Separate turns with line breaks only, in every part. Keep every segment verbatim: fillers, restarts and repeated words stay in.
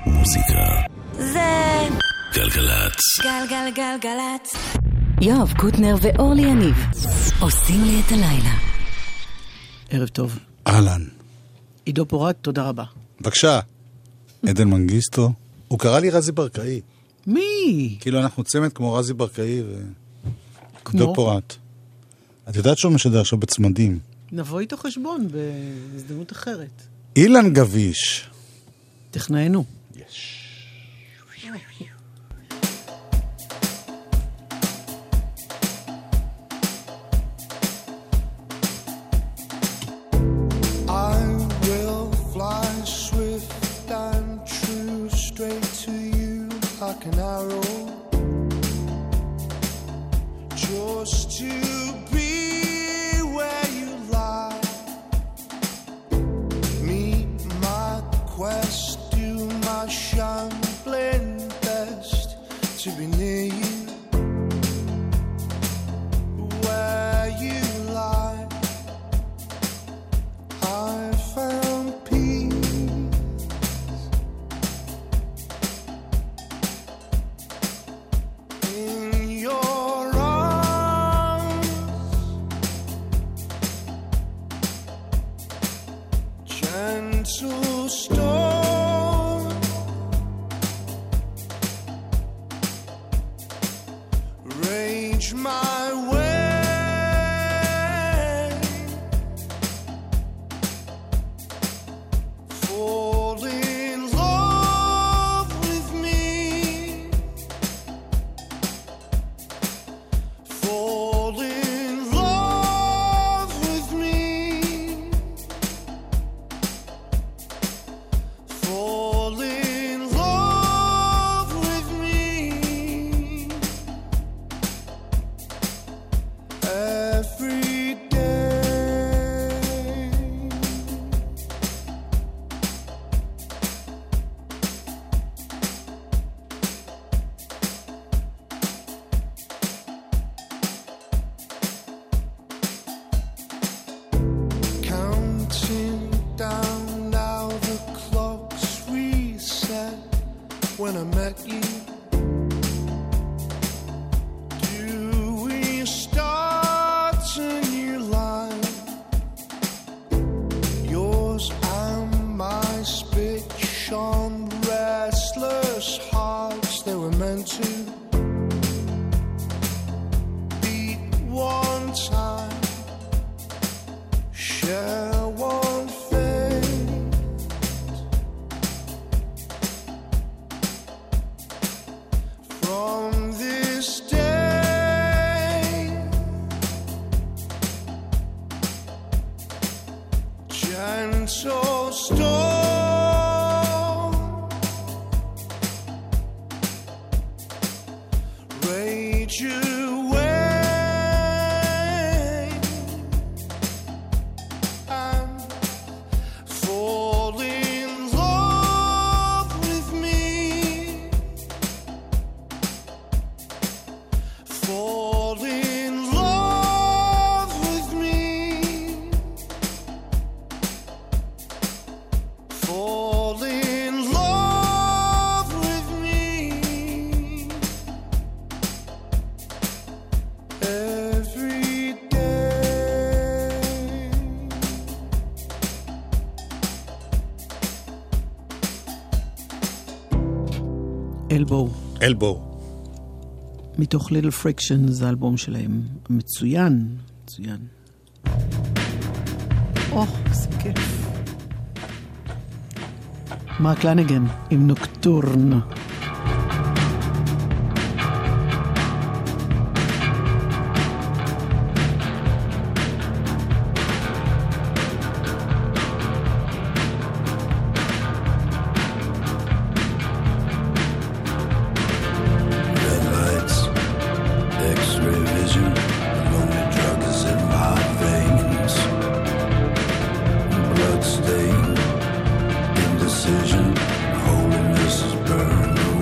מוזיקה
זה
גלגלצ.
גלגלגלגלצ. יואב קוטנר ואורלי יניב עושים לי את הלילה.
ערב טוב.
אהלן.
עידו פורט, תודה רבה.
בבקשה. עדן מנגיסטו. הוא קרא לי רזי ברקאי.
מי?
כאילו אנחנו צמד כמו רזי ברקאי ו...
כמו?
עידו פורט. את יודעת שהוא משדר עכשיו בצמדים.
נבוא איתו חשבון בהזדמנות אחרת.
אילן גביש.
תכנענו.
יש.
an arrow just to be where you lie. Meet my quest, do my shambling best to be near you, where you lie. I found peace.
אלבו.
אלבו.
מתוך ליטל פריקשן, זה האלבום שלהם. מצוין, מצוין. אוח, איזה כיף. מרק לניגן עם נוקטורן.
Indecision, holiness is burned.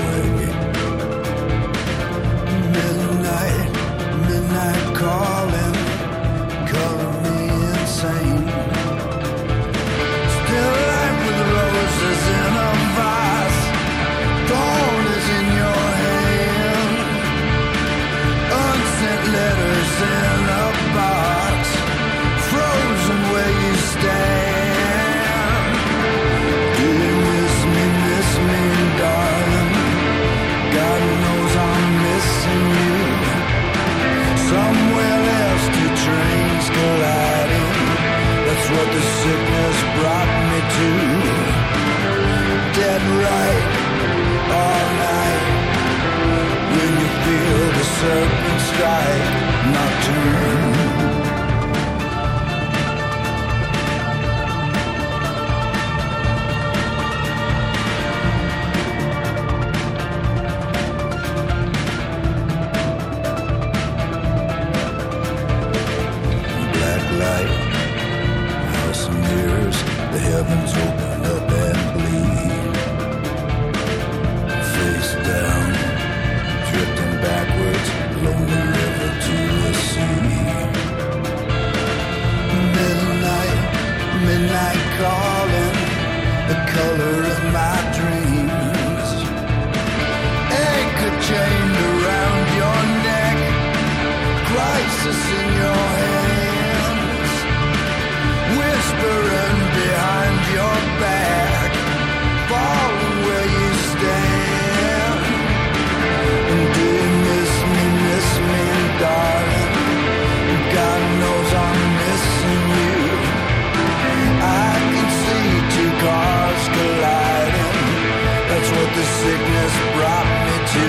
sickness brought me to.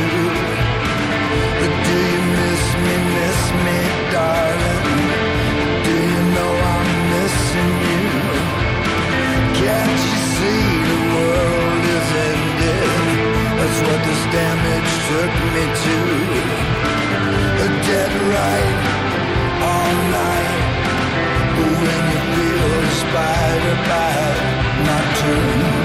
Do you miss me, miss me, darling? Do you know I'm missing you? Can't you see the world is ended? That's what this damage took me to. A dead right all night. When you feel the spider bite, nocturne.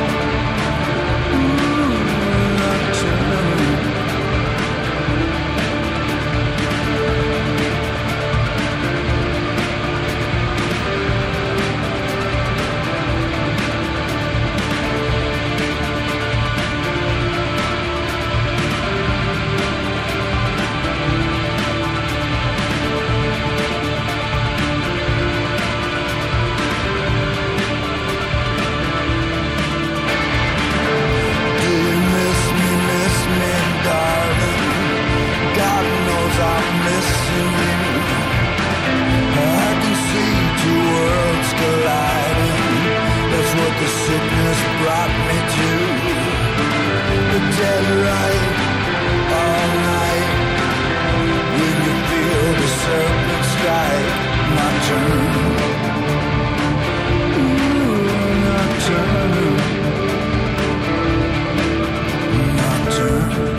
Sickness brought me to the dead right all night. When you feel the serpent strike, nocturne. Ooh, nocturne. Nocturne.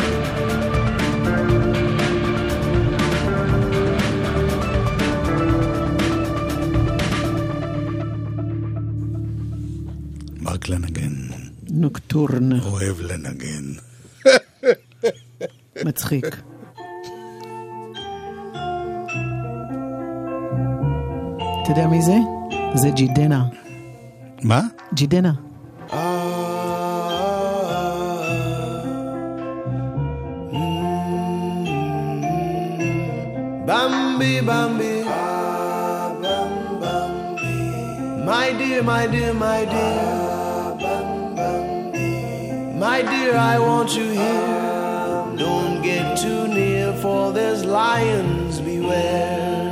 רק לנגן.
נוקטורן.
אוהב לנגן.
מצחיק. אתה יודע מי זה? זה ג'ידנה.
מה?
ג'ידנה.
Bambi, Bambi. My dear, my dear, my dear. My dear, I want you here. Don't get too near, for there's lions beware.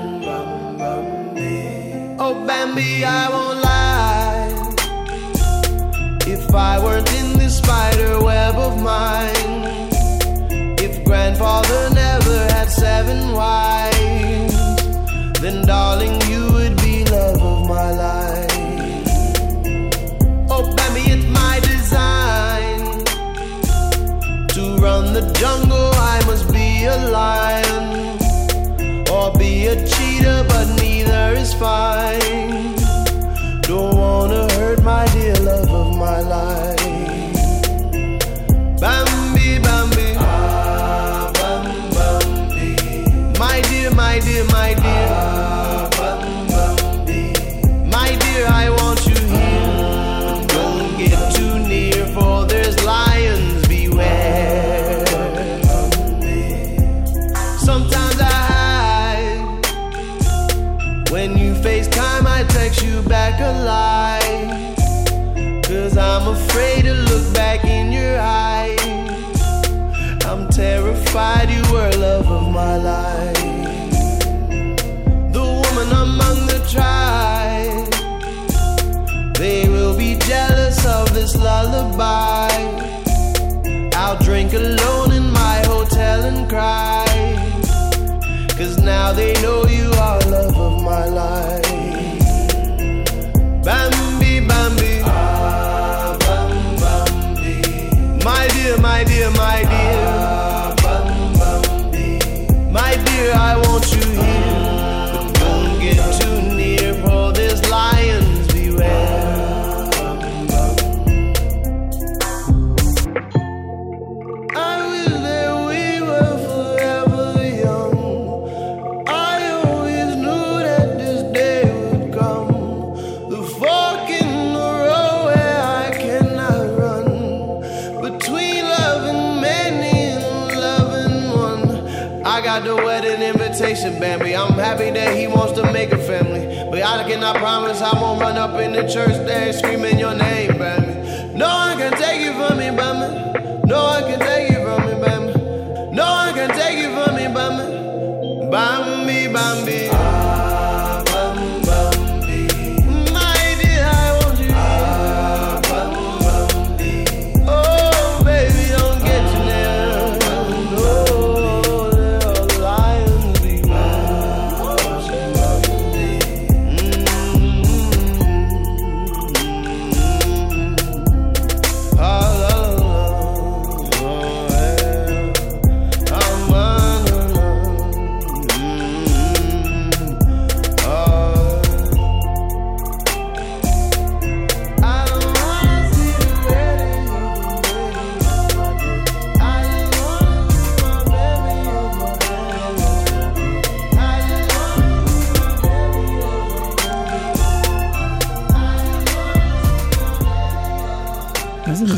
Oh, Bambi, I won't lie. If I weren't in this spider web of mine, if grandfather never had seven wives, then darling, you would be love of my life. Oh, Bambi, it's my design to run the jungle. I must be a lion or be a cheetah, but neither is fine. Don't wanna hurt my dear love of my life. Bambi, Bambi, ah, Bam, Bambi. My dear, my dear, my dear, ah, Bam, Bambi. My dear, I want you here, but don't get too near, for there's lions beware. Sometimes I hide. When you FaceTime, I text you back a lie, 'cause I'm afraid to look back in your eyes. I'm terrified you were love of my life. The woman among the tribe, they will be jealous of this lullaby. I'll drink alone in my hotel and cry, 'cause now they know you are love of my life. Bambi, Bambi, ah, Bam, Bambi. My dear, my dear, my dear, ah, Bam, Bambi. My dear, I want you here, but don't get too near, for there's lions beware. I wish that we were forever young. I always knew that this day would come. The fork in the road where I cannot run, between loving many and loving one. I got the wedding invitation, Bambi. I'm happy that he wants to make a family, but I cannot promise I won't run up in the church there screaming your name, Bambi. No one can take you from me, Bambi. No one can take you from me, Bambi. No one can take you from me, Bambi. Bambi, Bambi. Ah, Bam, Bambi. My dear, I want you. Ah, Bam, Bambi. Oh, baby,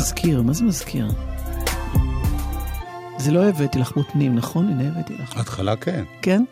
מזכיר, מה זה מזכיר? זה לא הבאתי לך מותנים, נכון? הנה הבאתי לך.
התחלה כן.
כן?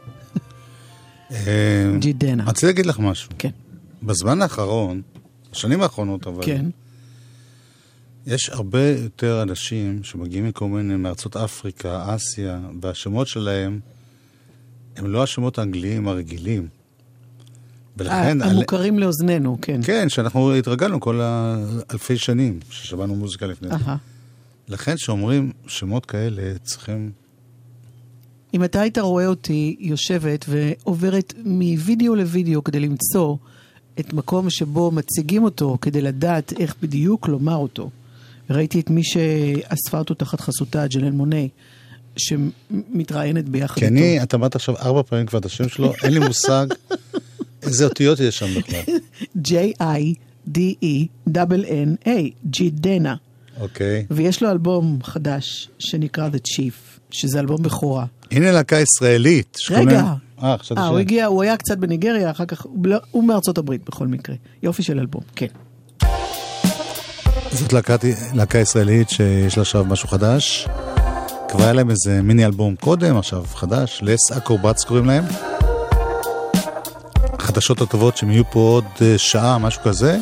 ג'ידנה.
רציתי להגיד לך משהו.
כן.
בזמן האחרון, השנים האחרונות אבל,
כן.
יש הרבה יותר אנשים שמגיעים מכל מיני מארצות אפריקה, אסיה, והשמות שלהם הם לא השמות האנגליים הרגילים. ולכן...
המוכרים לאוזננו, כן.
כן, שאנחנו התרגלנו כל האלפי שנים ששמענו מוזיקה לפני.
אהה.
לכן שאומרים שמות כאלה צריכים...
אם אתה היית רואה אותי יושבת ועוברת מווידאו לוידאו כדי למצוא את מקום שבו מציגים אותו, כדי לדעת איך בדיוק לומר אותו. ראיתי את מי שאספה אותו תחת חסותה, ג'לן מוני, שמתראיינת ביחד
כי
איתו.
כי אני, אתה אמרת עכשיו ארבע פעמים כבר את השם שלו, אין לי מושג איזה אותיות יש שם בכלל.
ג'יי איי די איי דאבל אן איי, ג'ידנה.
אוקיי.
ויש לו אלבום חדש שנקרא The Chief, שזה אלבום בכורה.
הנה להקה ישראלית.
רגע.
אה, עכשיו
אה, הוא הגיע, הוא היה קצת בניגריה, אחר כך, הוא מארצות הברית בכל מקרה. יופי של אלבום, כן.
זאת להקה, להקה ישראלית שיש לה עכשיו משהו חדש. כבר היה להם איזה מיני אלבום קודם, עכשיו חדש, לס אקרובטס קוראים להם. החדשות הטובות שהם יהיו פה עוד שעה, משהו כזה.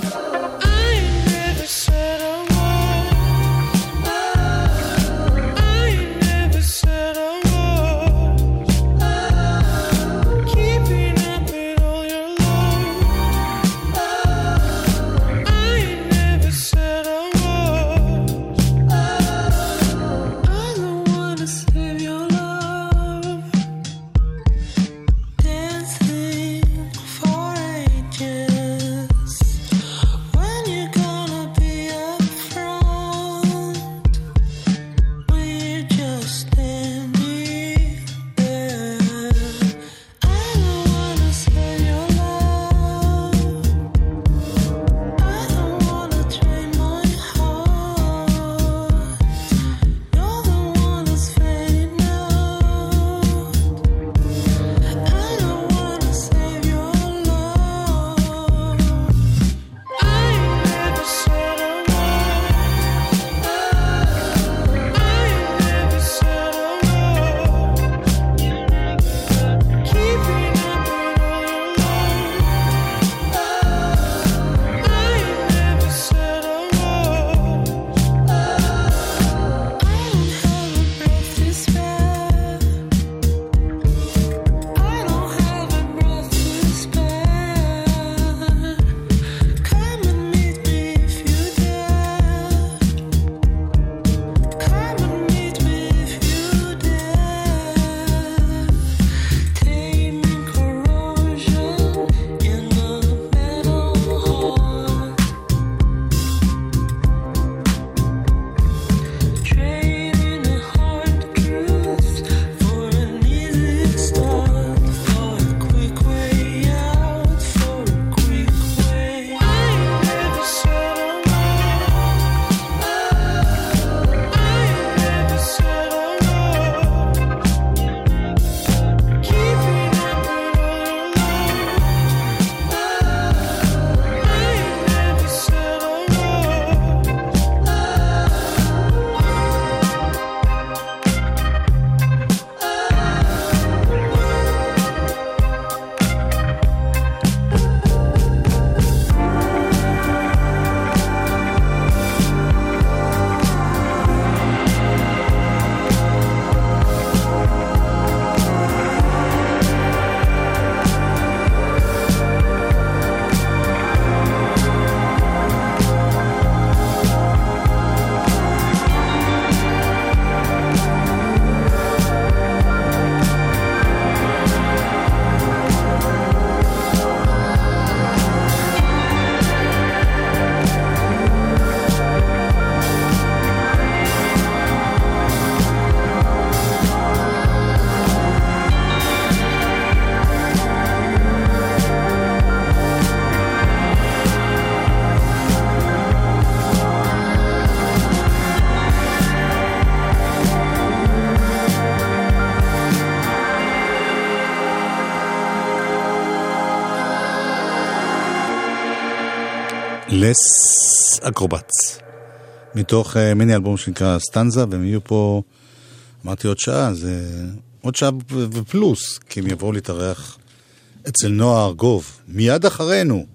לס אקרובטס. מתוך uh, מיני אלבום שנקרא סטנזה, והם יהיו פה, אמרתי עוד שעה, זה עוד שעה ופלוס, כי הם יבואו להתארח אצל נועה ארגוב, מיד אחרינו.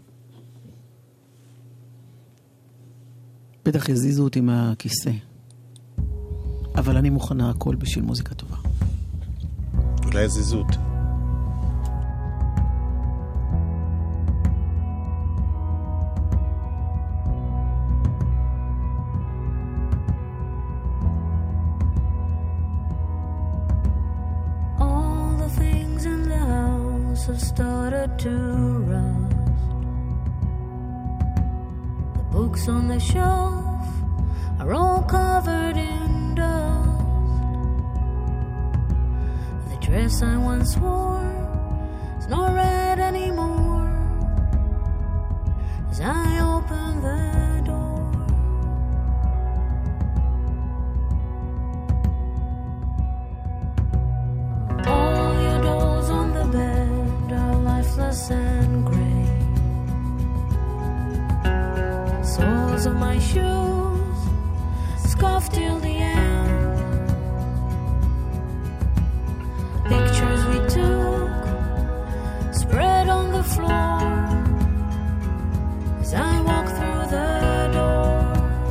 בטח יזיזו אותי מהכיסא. אבל אני מוכנה הכל בשביל מוזיקה טובה.
אולי יזיזו אותי.
Have started to rust. The books on the shelf are all covered in dust. The dress I once wore is not red anymore. As I open the door, all your dolls on the bed, lifeless and gray. Soles of my shoes scuffed till the end. Pictures we took spread on the floor as I walk through the door.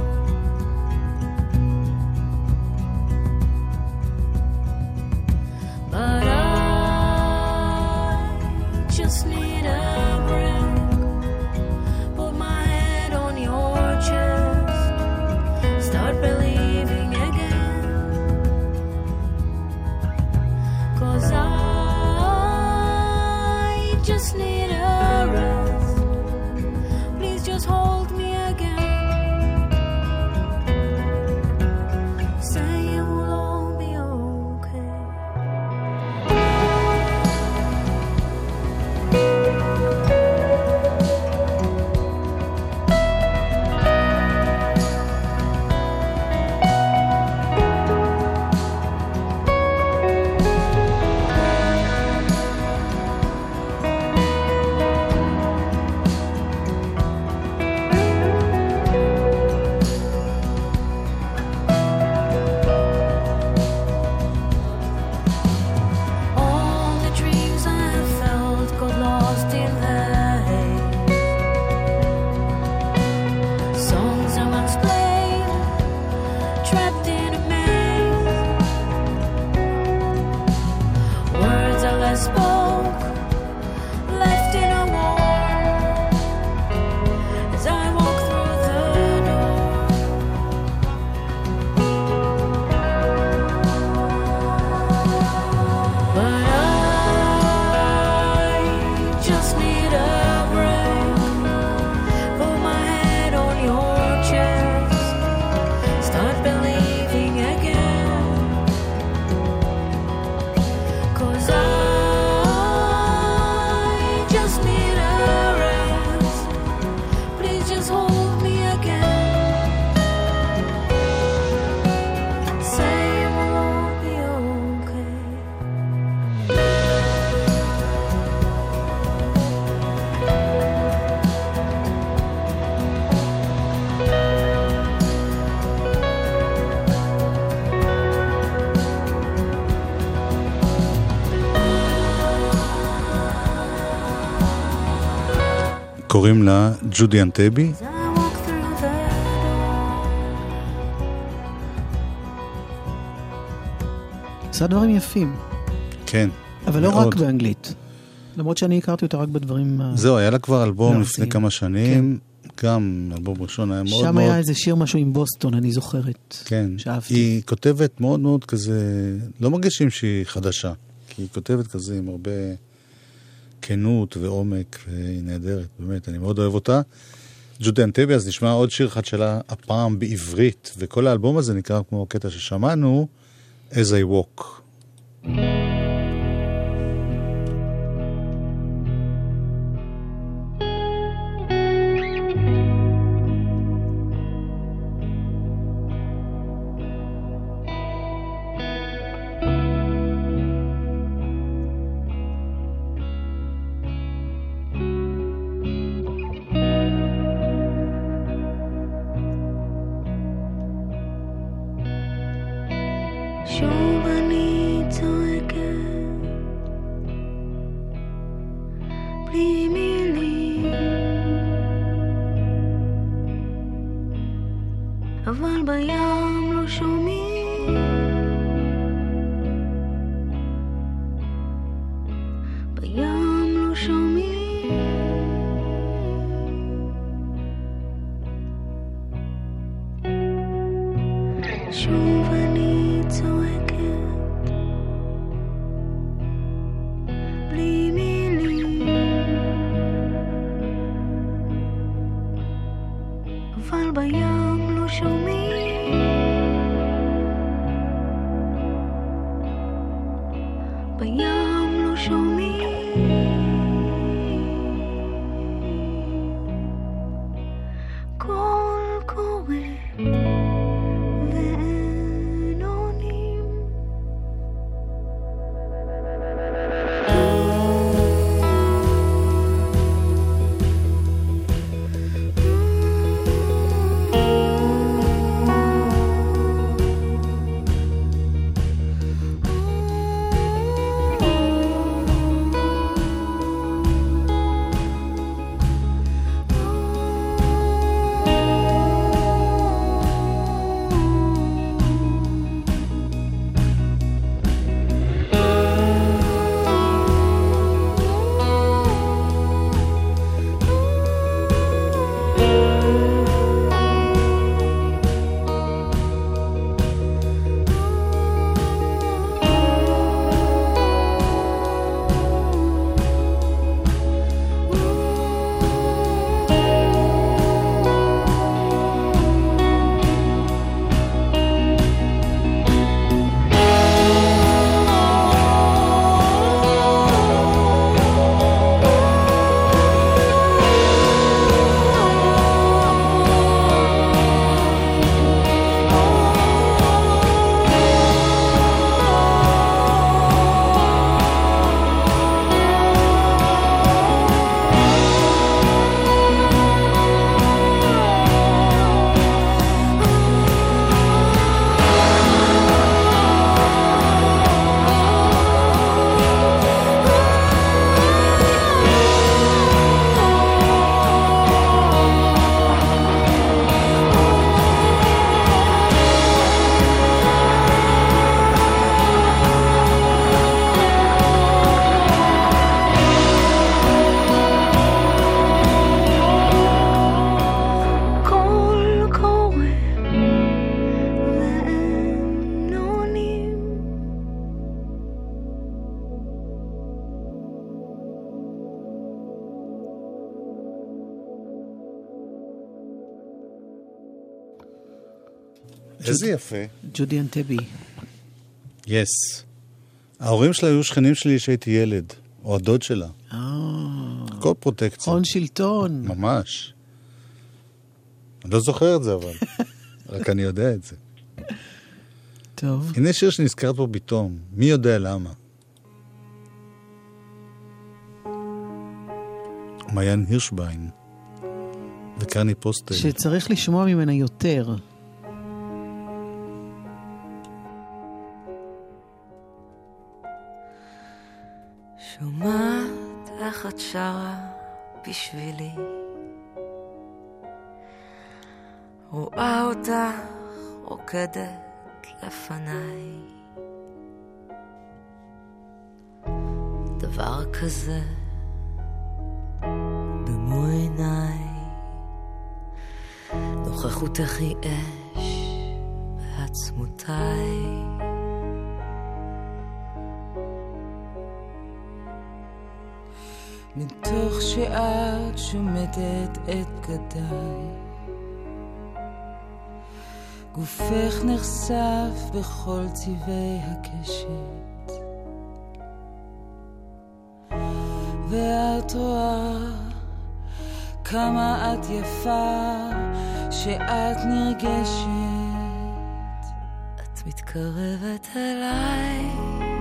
But I just need a break. Put my head on your chest. Start believing again. 'Cause I just need a rest. Please just hold me again. Say it will all be okay.
קוראים לה ג'ודי אנטבי.
עושה דברים יפים.
כן.
אבל לא רק באנגלית. למרות שאני הכרתי אותה רק בדברים...
זהו, היה לה כבר אלבום לפני כמה שנים. גם אלבום ראשון היה מאוד מאוד...
שם היה איזה שיר משהו עם בוסטון, אני זוכרת.
כן.
שאהבתי.
היא כותבת מאוד מאוד כזה... לא מרגישים שהיא חדשה. כי היא כותבת כזה עם הרבה כנות ועומק, והיא נהדרת, באמת, אני מאוד אוהב אותה. ג'ודי אנטבי, אז נשמע עוד שיר אחד שלה, הפעם בעברית, וכל האלבום הזה נקרא כמו הקטע ששמענו, As I Walk.
שוב אני צועקת בלי מילים, אבל בים לא שומעים, בים לא שומעים. שוב אני צועקת בלי מילים, אבל בים לא שומעים, בים לא שומעים. קול קורא ואין עונים.
איזה יפה.
ג'ודי אנטבי.
יס. ההורים שלה היו שכנים שלי שהייתי ילד, או הדוד שלה.
אה.
כל פרוטקציה.
הון שלטון.
ממש. אני לא זוכר את זה אבל. רק אני יודע את זה.
טוב.
הנה שיר שנזכרת פה פתאום. מי יודע למה? מעיין הירשביין. וקרני פוסטל.
שצריך לשמוע ממנה יותר.
שומעת איך את שרה בשבילי, רואה אותך רוקדת לפניי, דבר כזה במו עיניי, נוכחותך היא אש בעצמותיי, מתוך שאת שומטת את גדיי, גופך נחשף בכל צבעי הקשת, ואת רואה כמה את יפה שאת נרגשת, את מתקרבת אליי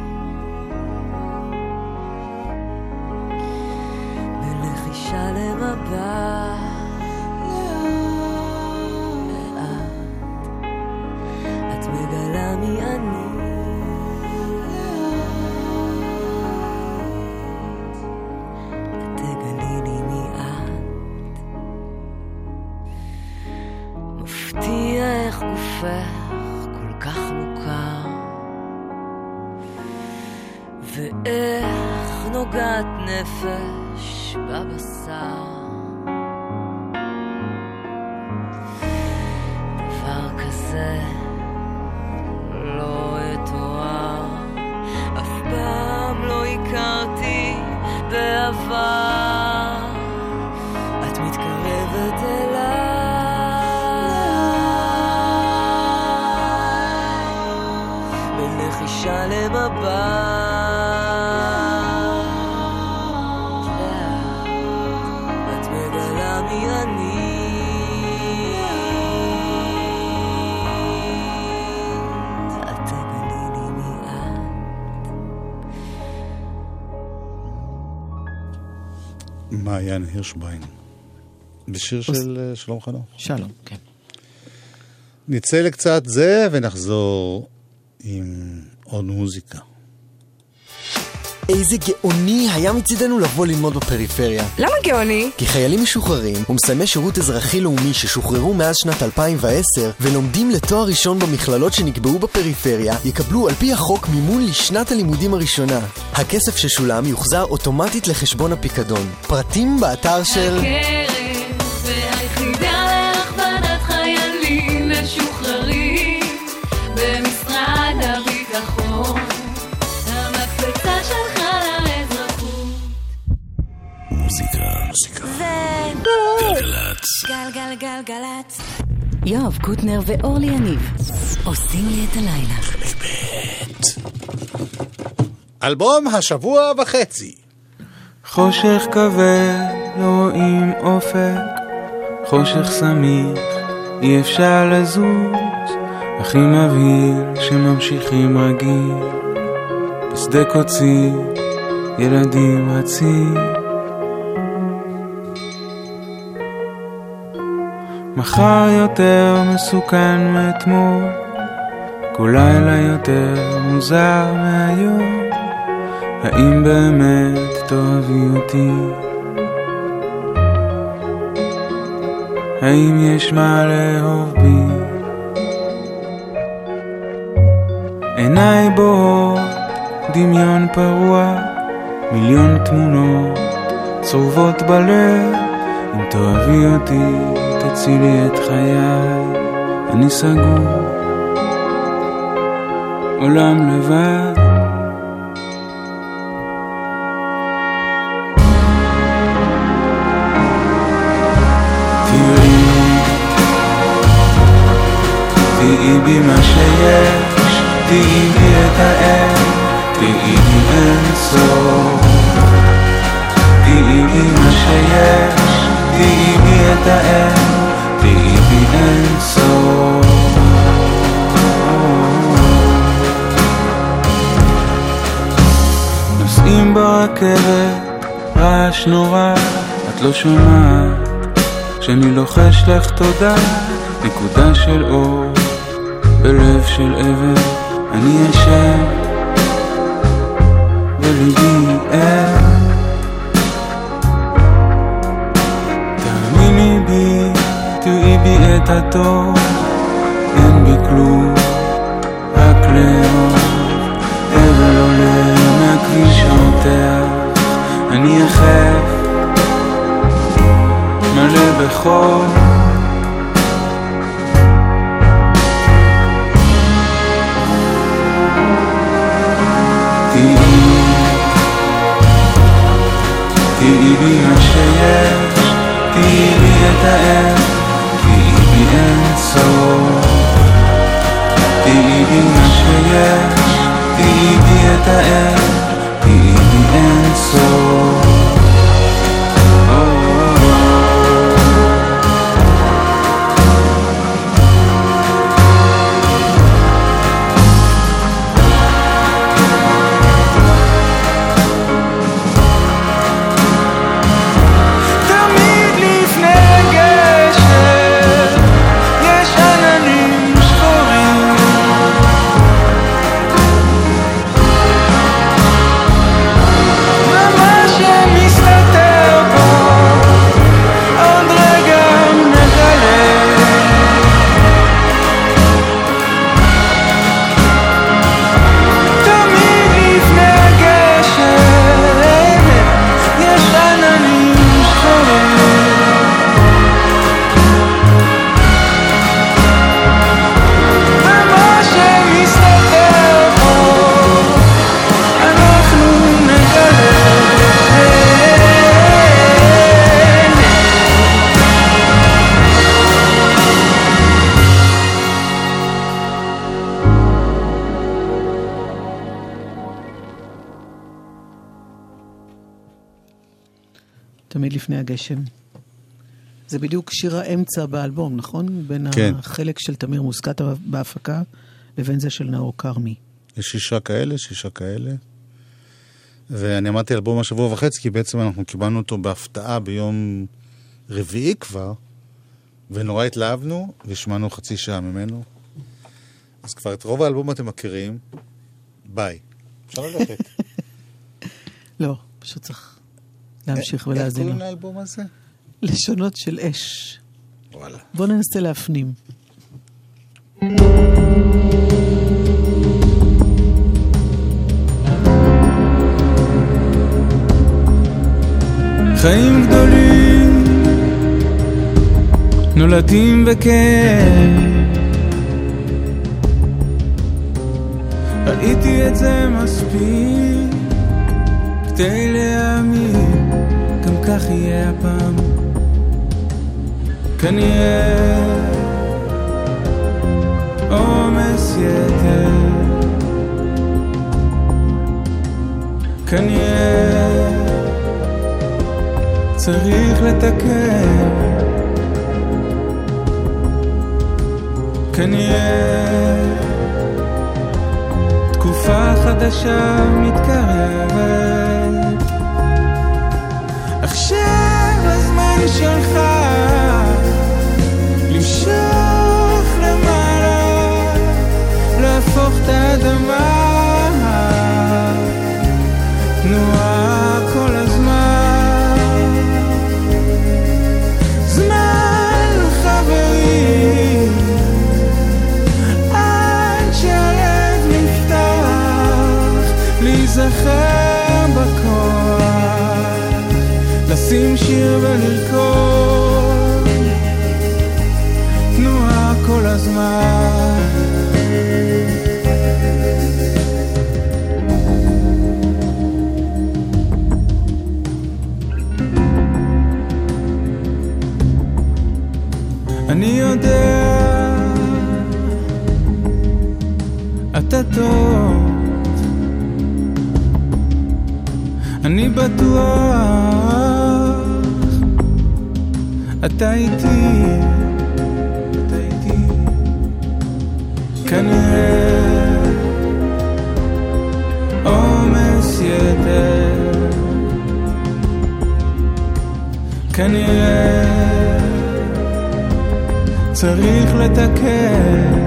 בלחישה למבט לאט, את מגלה מי אני כך מוכר, ואיך נוגעת נפש בבשר, דבר כזה לא אתואר, אף פעם לא הכרתי בעבר, את מתקרבת אליי בלחישה למבט, את מגלה מי אני, את תגלי לי מי את.
מעיין הירשביין, בשיר של שלום חנוך.
שלום, כן.
נצא לקצת זה ונחזור עם עוד מוזיקה.
איזה גאוני היה מצידנו לבוא ללמוד בפריפריה.
למה גאוני?
כי חיילים משוחררים ומסיימי שירות אזרחי לאומי ששוחררו מאז שנת אלפיים ועשר ולומדים לתואר ראשון במכללות שנקבעו בפריפריה יקבלו על פי החוק מימון לשנת הלימודים הראשונה. הכסף ששולם יוחזר אוטומטית לחשבון הפיקדון. פרטים באתר של
הקרן והיחידה להכוונת חיילים משוחררים במשרד הביטחון, המקפצה שלך לאזרחות.
מוזיקה.
זה
גלגלצ.
גלגלגלגלצ.
יואב קוטנר ואורלי יניב עושים לי את הלילה.
אלבום השבוע וחצי.
חושך כבד, לא רואים אופק, חושך סמיך, אי אפשר לזוז, הכי מבהיל שממשיכים רגיל, בשדה קוצי, ילדים רצים, מחר יותר מסוכן מאתמול, כל לילה יותר מוזר מהיום, האם באמת תאהבי אותי? האם יש מה לאהוב בי? עיניי בוהות, דמיון פרוע, מיליון תמונות צרובות בלב, אם תאהבי אותי תצילי את חיי, אני סגור, עולם לבד. תהי בי מה שיש, תהי בי את האל, תהי בי אין סוף. תהי בי מה שיש, תהי בי את האל, תהי בי אין סוף. נוסעים ברכבת, רעש נורא, את לא שומעת שאני לוחש לך תודה, נקודה של אור בלב של אבן, אני ישן בליבי אין, תאמיני בי, תראי בי את הטוב, אין בי כלום, רק לאהוב, אבל עולה מהכביש המותח, אני יחף מלא בחור, תהי בי מה שיש, תהי בי את האל, תהי בי אין סוף. תהי בי מה שיש, תהי בי את האל, תהי בי אין סוף.
ממש
תמיד לפני הגשם. זה בדיוק שיר האמצע באלבום, נכון? בין
כן.
החלק של תמיר מוסקת בהפקה לבין זה של נאור קרמי.
יש שישה כאלה, שישה כאלה. ואני אמרתי אלבום השבוע וחצי, כי בעצם אנחנו קיבלנו אותו בהפתעה ביום רביעי כבר, ונורא התלהבנו, והשמענו חצי שעה ממנו. אז כבר את רוב האלבום אתם מכירים. ביי. אפשר ללכת.
לא, פשוט צריך להמשיך
איך
ולהזין.
קוראים לאלבום הזה?
לשונות של אש.
וואלה.
בוא ננסה להפנים.
חיים גדולים נולדים בכאב, ראיתי את זה מספיק כדי להאמין גם כך יהיה הפעם. כנראה עומס יתר, כנראה צריך לתקן, כנראה תקופה חדשה מתקרבת. עכשיו הזמן שלך למשוך למעלה, להפוך את האדמה, תנועה כל הזמן, זמן חברים, עד שהלב נפתח, להיזכר בכוח, לשים שיר ולרקוד, תנועה כל הזמן. אני יודע, אתה טוב, אני בטוח, אתה איתי, אתה איתי, כנראה עומס יתר, כנראה צריך לתקן,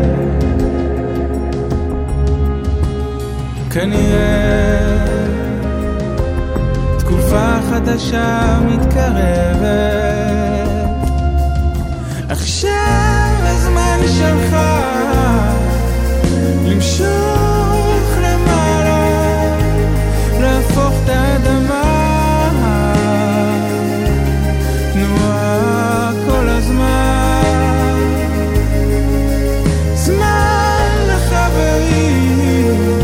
כנראה תקופה חדשה מתקרבת. עכשיו הזמן שלך למשוך למעלה, להפוך את האדמה, תנועה כל הזמן, זמן לחברים,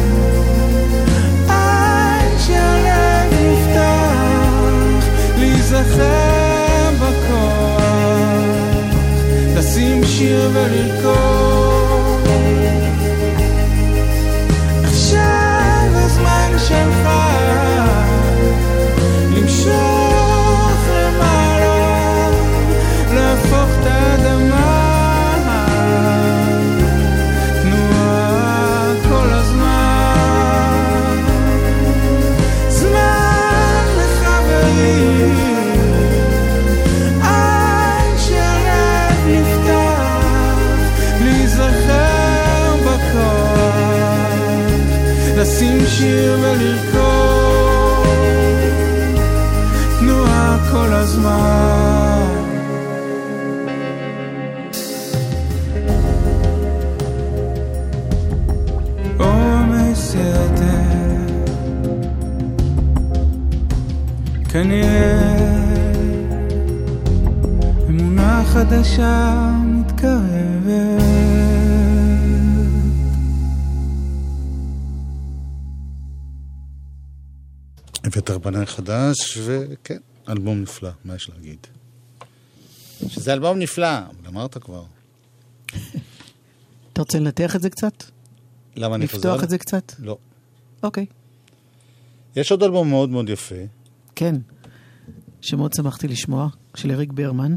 עד שהלב נפתח, להיזכר בכוח, לשים שיר ולרקוד. עכשיו הזמן שלך למשוך למעלה, להפוך את האדמה, תנועה כל הזמן, זמן לחברים, עד שהלב נפתח, להיזכר בכוח, לשים שיר ולרקוד, תנועה כל הזמן. עומס יתר, כנראה אמונה חדשה מתקרבת.
אביתר בנאי חדש, וכן, אלבום נפלא, מה יש להגיד? שזה אלבום נפלא, אבל אמרת כבר.
אתה רוצה לנתח את זה קצת?
למה אני חוזר?
לפתוח את זה קצת?
לא.
אוקיי.
יש עוד אלבום מאוד מאוד יפה.
כן. שמאוד שמחתי לשמוע, של אריק ברמן.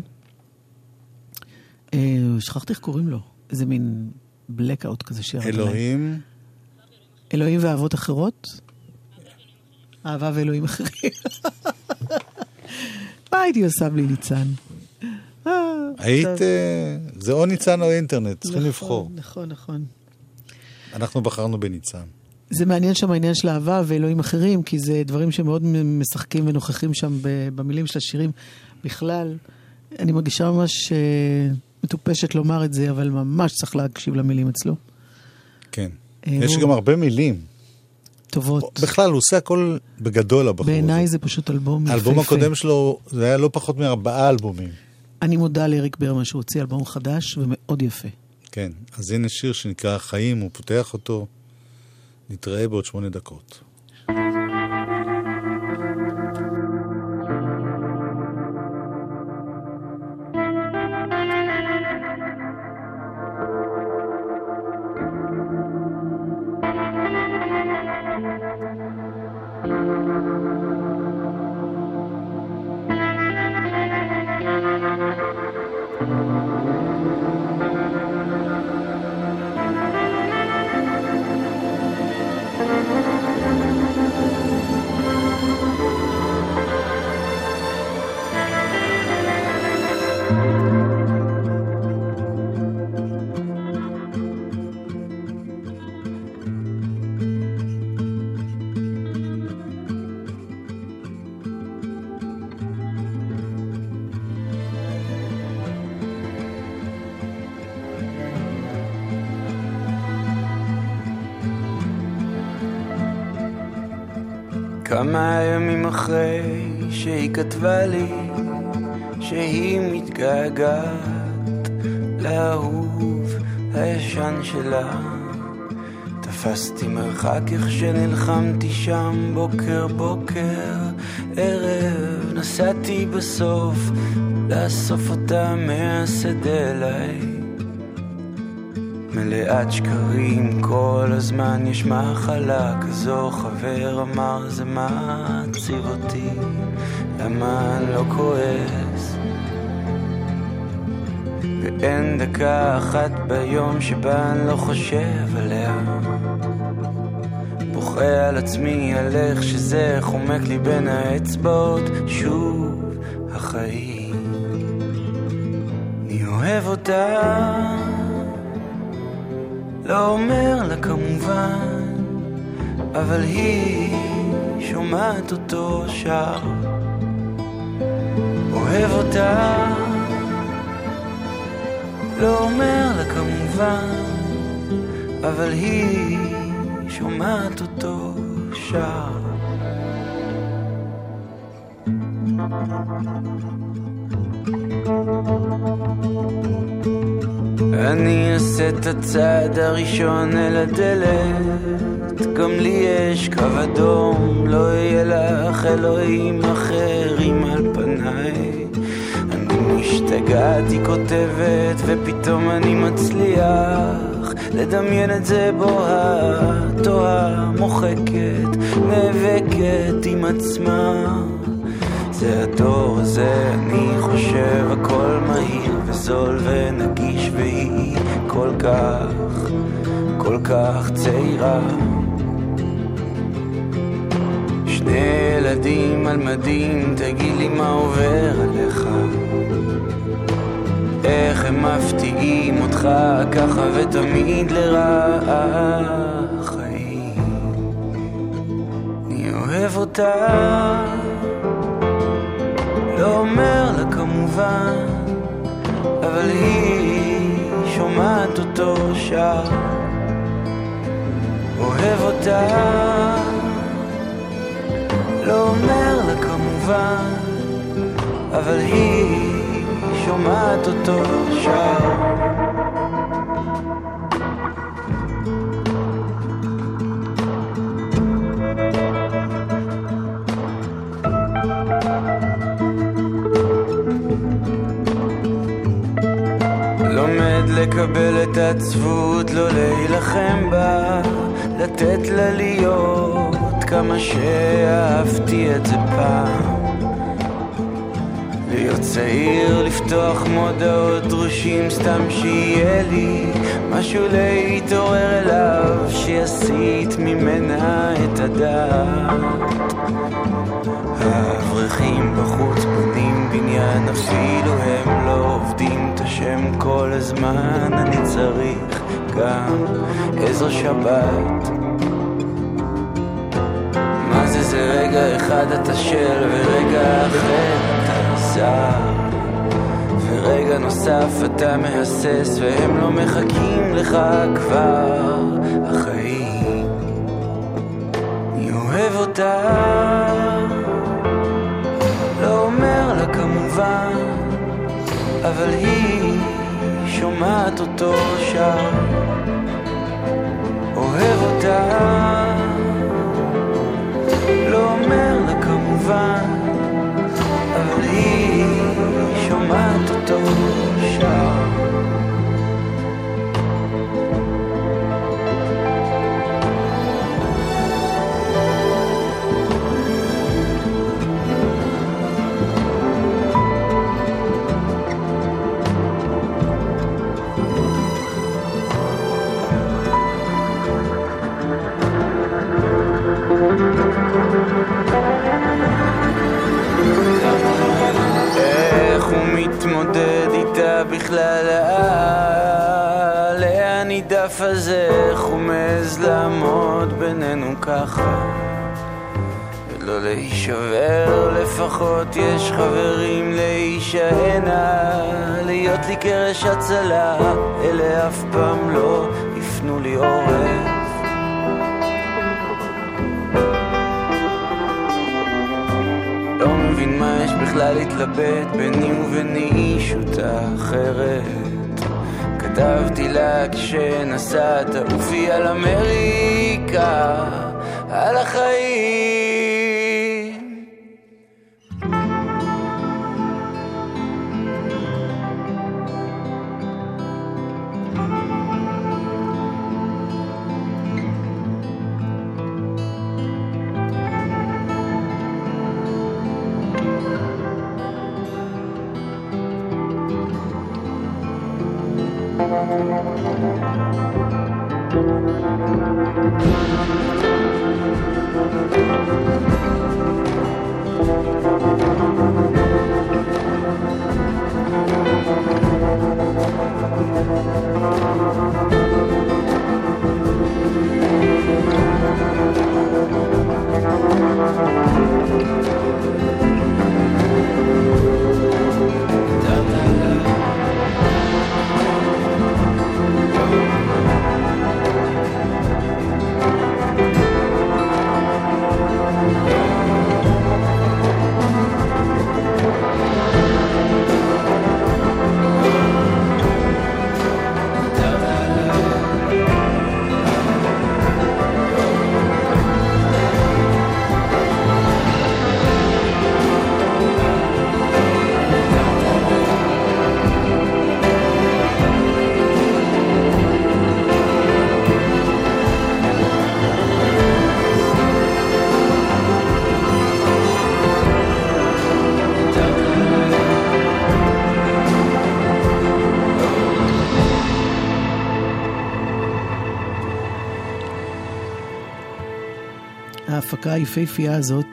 שכחתי איך קוראים לו. איזה מין בלקאוט כזה שיר.
אלוהים?
אלוהים ואהבות אחרות? אהבה ואלוהים אחרים. מה הייתי עושה בלי ניצן?
היית, זה או ניצן או אינטרנט, צריכים לבחור.
נכון, נכון.
אנחנו בחרנו בניצן.
זה מעניין שם העניין של אהבה ואלוהים אחרים, כי זה דברים שמאוד משחקים ונוכחים שם במילים של השירים. בכלל, אני מרגישה ממש מטופשת לומר את זה, אבל ממש צריך להקשיב למילים אצלו.
כן. יש גם הרבה מילים.
טובות.
בכלל, הוא עושה הכל בגדול, הבחור הזה.
בעיניי זה פשוט אלבום יפה.
האלבום הקודם שלו, זה היה לא פחות מארבעה אלבומים.
אני מודה לאריק ברמן שהוא הוציא אלבום חדש ומאוד יפה.
כן, אז הנה שיר שנקרא חיים, הוא פותח אותו. נתראה בעוד שמונה דקות.
כמה ימים אחרי שהיא כתבה לי שהיא מתגעגעת לאהוב הישן שלה, תפסתי מרחק איך שנלחמתי שם בוקר בוקר ערב, נסעתי בסוף לאסוף אותה מהשדה אליי, מלאת שקרים כל הזמן יש מחלה כזו, חבר אמר זה מעציב אותי, למה אני לא כועס, ואין דקה אחת ביום שבה אני לא חושב עליה, בוכה על עצמי על איך שזה חומק לי בין האצבעות, שוב החיים, אני אוהב אותה, לא אומר לה כמובן, אבל היא שומעת אותו שר, אוהב אותה, לא אומר לה כמובן, אבל היא שומעת אותו שר. אני אעשה את הצעד הראשון אל הדלת, גם לי יש קו אדום, לא יהיה לך אלוהים אחרים על פניי, אני משתגעתי כותבת ופתאום אני מצליח לדמיין את זה בוהה, תוהה, מוחקת, נאבקת עם עצמה, זה הדור הזה, אני חושב הכל מהיר וזול ונגיש, והיא כל כך, כל כך צעירה, שני ילדים על מדים, תגיד לי מה עובר עליך, איך הם מפתיעים אותך ככה ותמיד לרעה, חיים, אני אוהב אותה, לא אומר לה כמובן, אבל היא שומעת אותו שר, אוהב אותה, לא אומר לה כמובן, אבל היא שומעת אותו שר. לקבל את העצבות, לא להילחם בה, לתת לה להיות כמה שאהבתי את זה פעם, להיות צעיר, לפתוח מודעות דרושים, סתם שיהיה לי משהו להתעורר אליו, שיסית ממנה את הדעת. האברכים בחוץ בונים בניין, אפילו הם לא עובדים את השם כל הזמן. אני צריך גם איזו שבת. מה זה זה רגע אחד אתה של ורגע אחר אתה זר, ורגע נוסף אתה מהסס והם לא מחכים לך כבר. החיים, אני אוהב אותה, לא אומר לה כמובן, אבל היא שומעת אותו שם. אוהב אותה, לא אומר לה כמובן, אבל היא שומעת אותו שם. איך הוא מתמודד איתה בכלל, לאן נידף הזה, איך הוא מעז לעמוד בינינו ככה ולא להישבר. לפחות יש חברים להישענה, להיות לי קרש הצלה, אלה אף פעם לא יפנו לי עורף. לא מבין מה יש בכלל להתלבט ביני וביני אישות אחרת. כתבתי לה כשנסעת תעופי על אמריקה, על החיים.
ההפקה היפהפייה הזאת,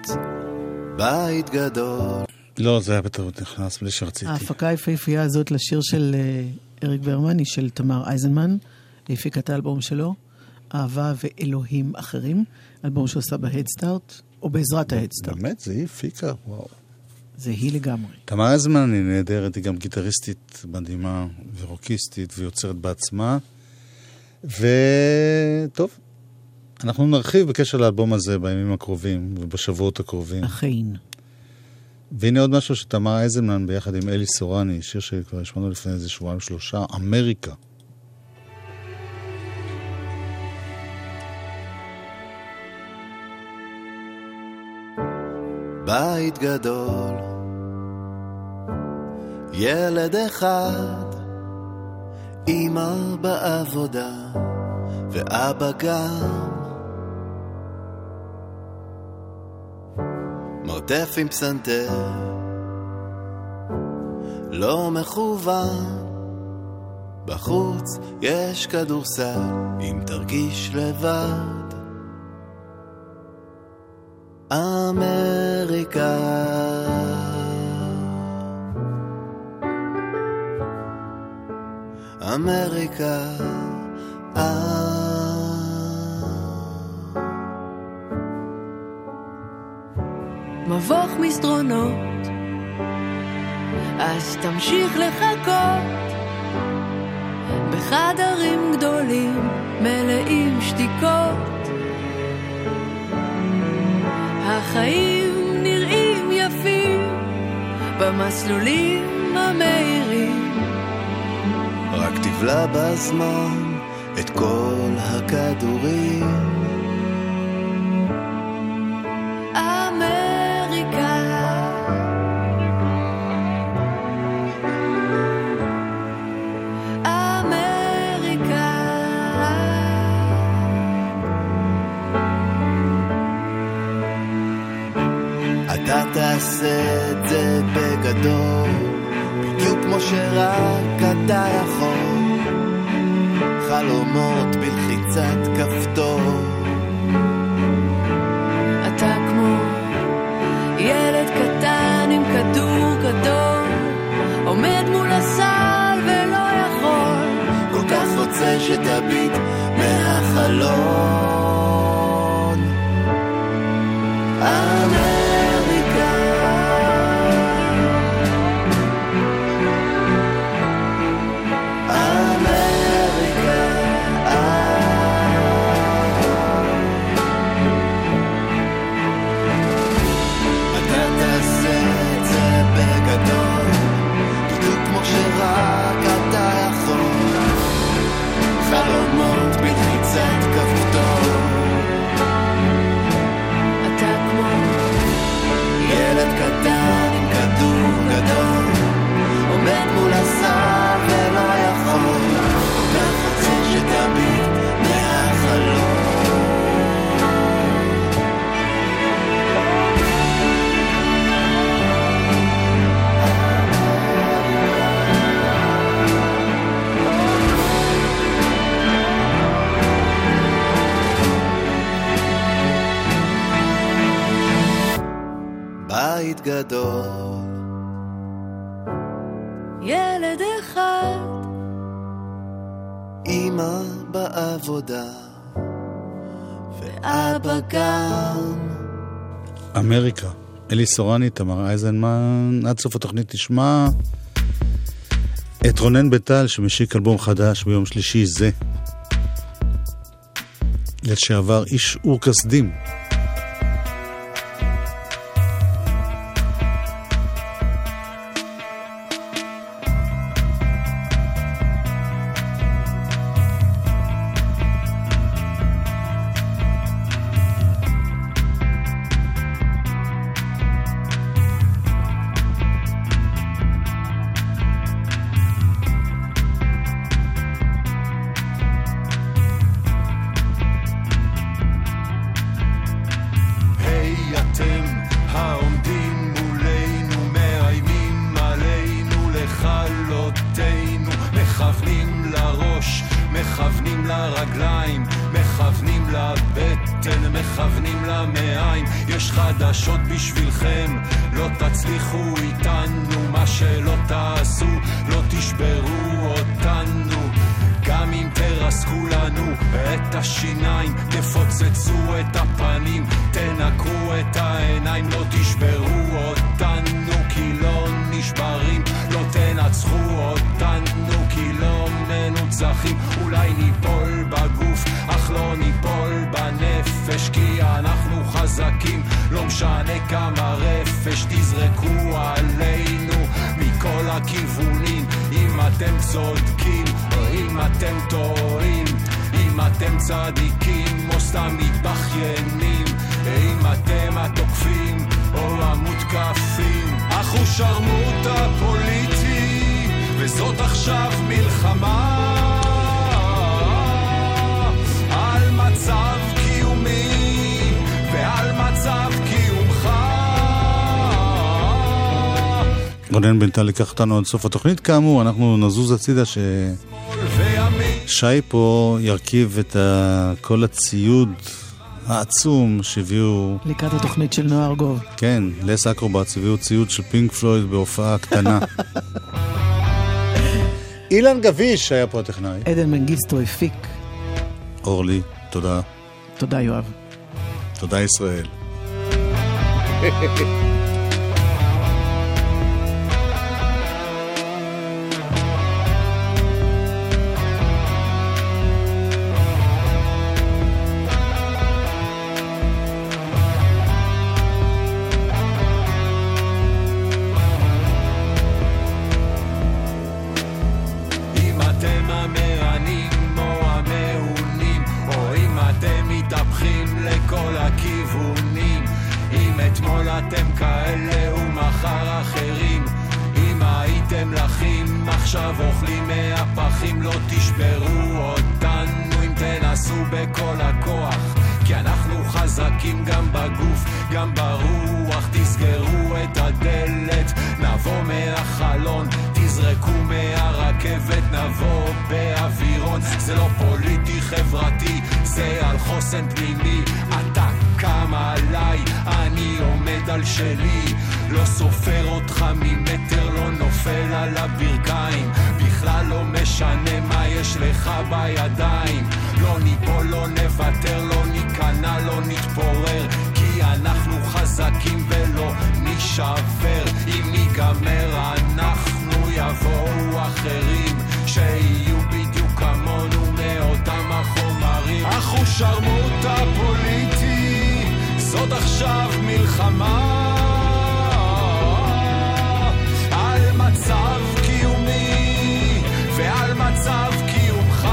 בית גדול.
לא, זה היה בטעות נכנס בלי שרציתי.
ההפקה היפהפייה הזאת לשיר של אריק ברמן היא של תמר אייזנמן, הפיקה את האלבום שלו, אהבה ואלוהים אחרים, אלבום שהוא עשה בהדסטארט, או בעזרת ההדסטארט.
באמת, זה היא הפיקה, וואו.
זה היא לגמרי.
תמר אייזנמן היא נהדרת, היא גם גיטריסטית מדהימה ורוקיסטית ויוצרת בעצמה. וטוב, אנחנו נרחיב בקשר לאלבום הזה בימים הקרובים ובשבועות הקרובים.
אכן.
והנה עוד משהו שתמר אייזנמן ביחד עם אלי סורני, שיר שכבר השמענו לפני איזה שבועיים שלושה, אמריקה.
בית גדול, ילד אחד, אמא בעבודה ואבא גם, מרתף עם פסנתר, לא מכוון. בחוץ יש כדורסל, אם תרגיש לבד. אמריקה. אמריקה.
מבוך מסדרונות, אז תמשיך לחכות בחדרים גדולים מלאים שתיקות. החיים נראים יפים במסלולים המהירים.
רק תבלע בזמן את כל הכדורים. אתה תעשה את זה בגדול, בדיוק כמו שרק אתה יכול. חלומות בלחיצת כפתור.
אתה כמו ילד קטן עם כדור גדול, עומד מול הסל ולא יכול.
כל כך רוצה שתביט מהחלון. אמריקה.
שרק אתה יכול. חלומות בלחיצת כפתור.
אתה כמו
ילד קטן עם כדור גדול, עומד מול הסל ולא יכול. כל כך רוצה שתביט מהחלום.
בית גדול,
ילד אחד,
אמא בעבודה ואבא גם.
אמריקה, אלי סורני, תמר אייזנמן. עד סוף התוכנית תשמע את רונן בטל שמשיק אלבום חדש ביום שלישי זה, לשעבר איש אור כסדים. רונן בנטל ייקח אותנו עד סוף התוכנית. כאמור, אנחנו נזוז הצידה ששי פה ירכיב את כל הציוד העצום שהביאו
לקראת התוכנית של נועה ארגוב.
כן, לס אקרובטס הביאו ציוד של פינק פלויד בהופעה קטנה. אילן גביש היה פה הטכנאי.
עדן מנגיסטו הפיק.
אורלי, תודה.
תודה יואב.
תודה ישראל.
עכשיו אוכלים מהפכים, לא תשברו אותנו אם תנסו בכל הכוח, כי אנחנו חזקים גם בגוף, גם ברוח. תסגרו את הדלת, נבוא מהחלון, תזרקו מהרכבת, נבוא באווירון. זה לא פוליטי חברתי, זה על חוסן פנימי. אתה קם עליי, אני עומד על שלי, לא סופר אותך ממטר, לא נופל על הברכיים, בכלל לא משנה מה יש לך בידיים. לא ניפול, לא נוותר, לא ניכנע, לא נתפורר, כי אנחנו חזקים ולא נשבר. אם ניגמר אנחנו יבואו אחרים, שיהיו בדיוק כמונו מאותם החומרים. אחושרמוט הפוליטי, זאת עכשיו מלחמה על מצב קיומי ועל מצב קיומך,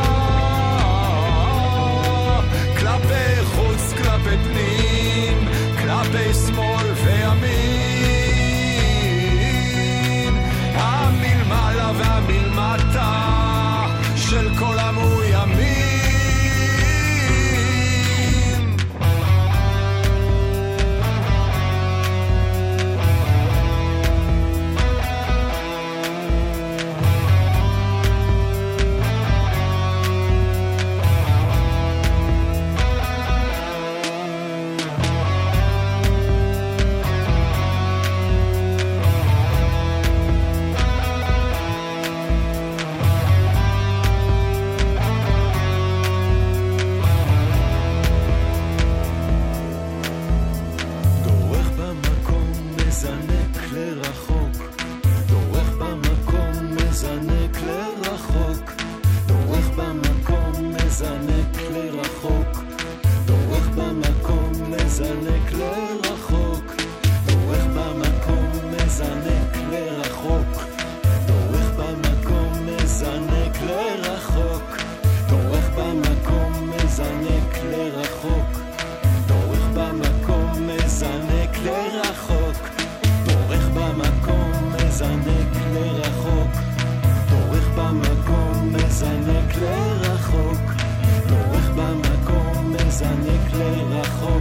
כלפי חוץ, כלפי פנים, כלפי שמאל וימין, המלמעלה והמלמטה של כל המאוימים.
מזנק לרחוק,